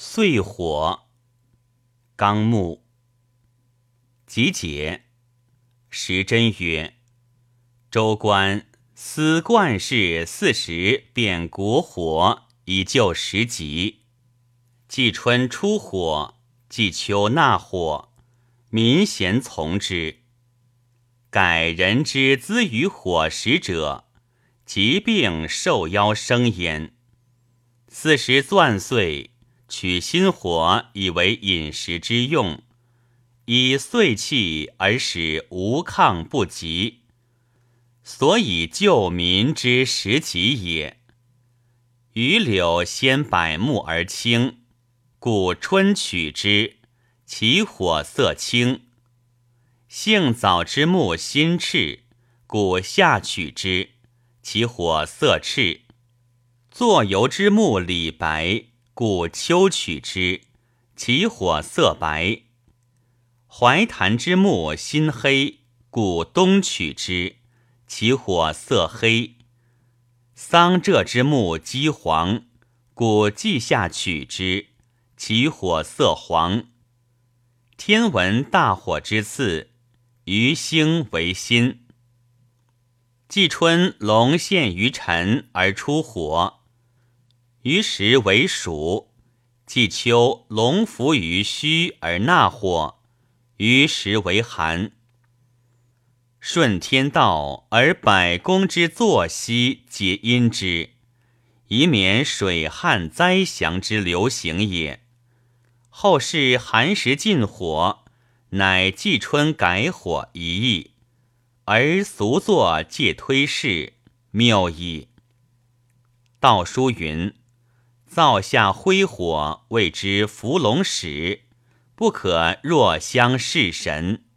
岁火。纲目。集解。时珍曰：州官司冠事40变国火，以救时急。季春出火，季秋纳火，民咸从之。盖人之资于火食者，疾病受夭生焉。40钻岁，取心火以为饮食之用，以岁气而使无抗不及，所以救民之时急也。榆柳先柏木而青，故春取之，其火色青；杏枣之木新赤，故夏取之，其火色赤；坐油之木李白，故秋取之，其火色白；怀檀之木新黑，故冬取之，其火色黑；桑柘之木积黄，故季夏取之，其火色黄。天文大火之次，于星为辛。季春龙现于辰而出火，于时为暑；季秋龙伏于戌而纳火，于时为寒。顺天道而百工之作息皆因之，以免水旱灾祥之流行也。后世寒食禁火，乃季春改火一役，而俗作借推事，谬矣。道书云：灶下挥火，谓之伏龙矢，不可若相事神。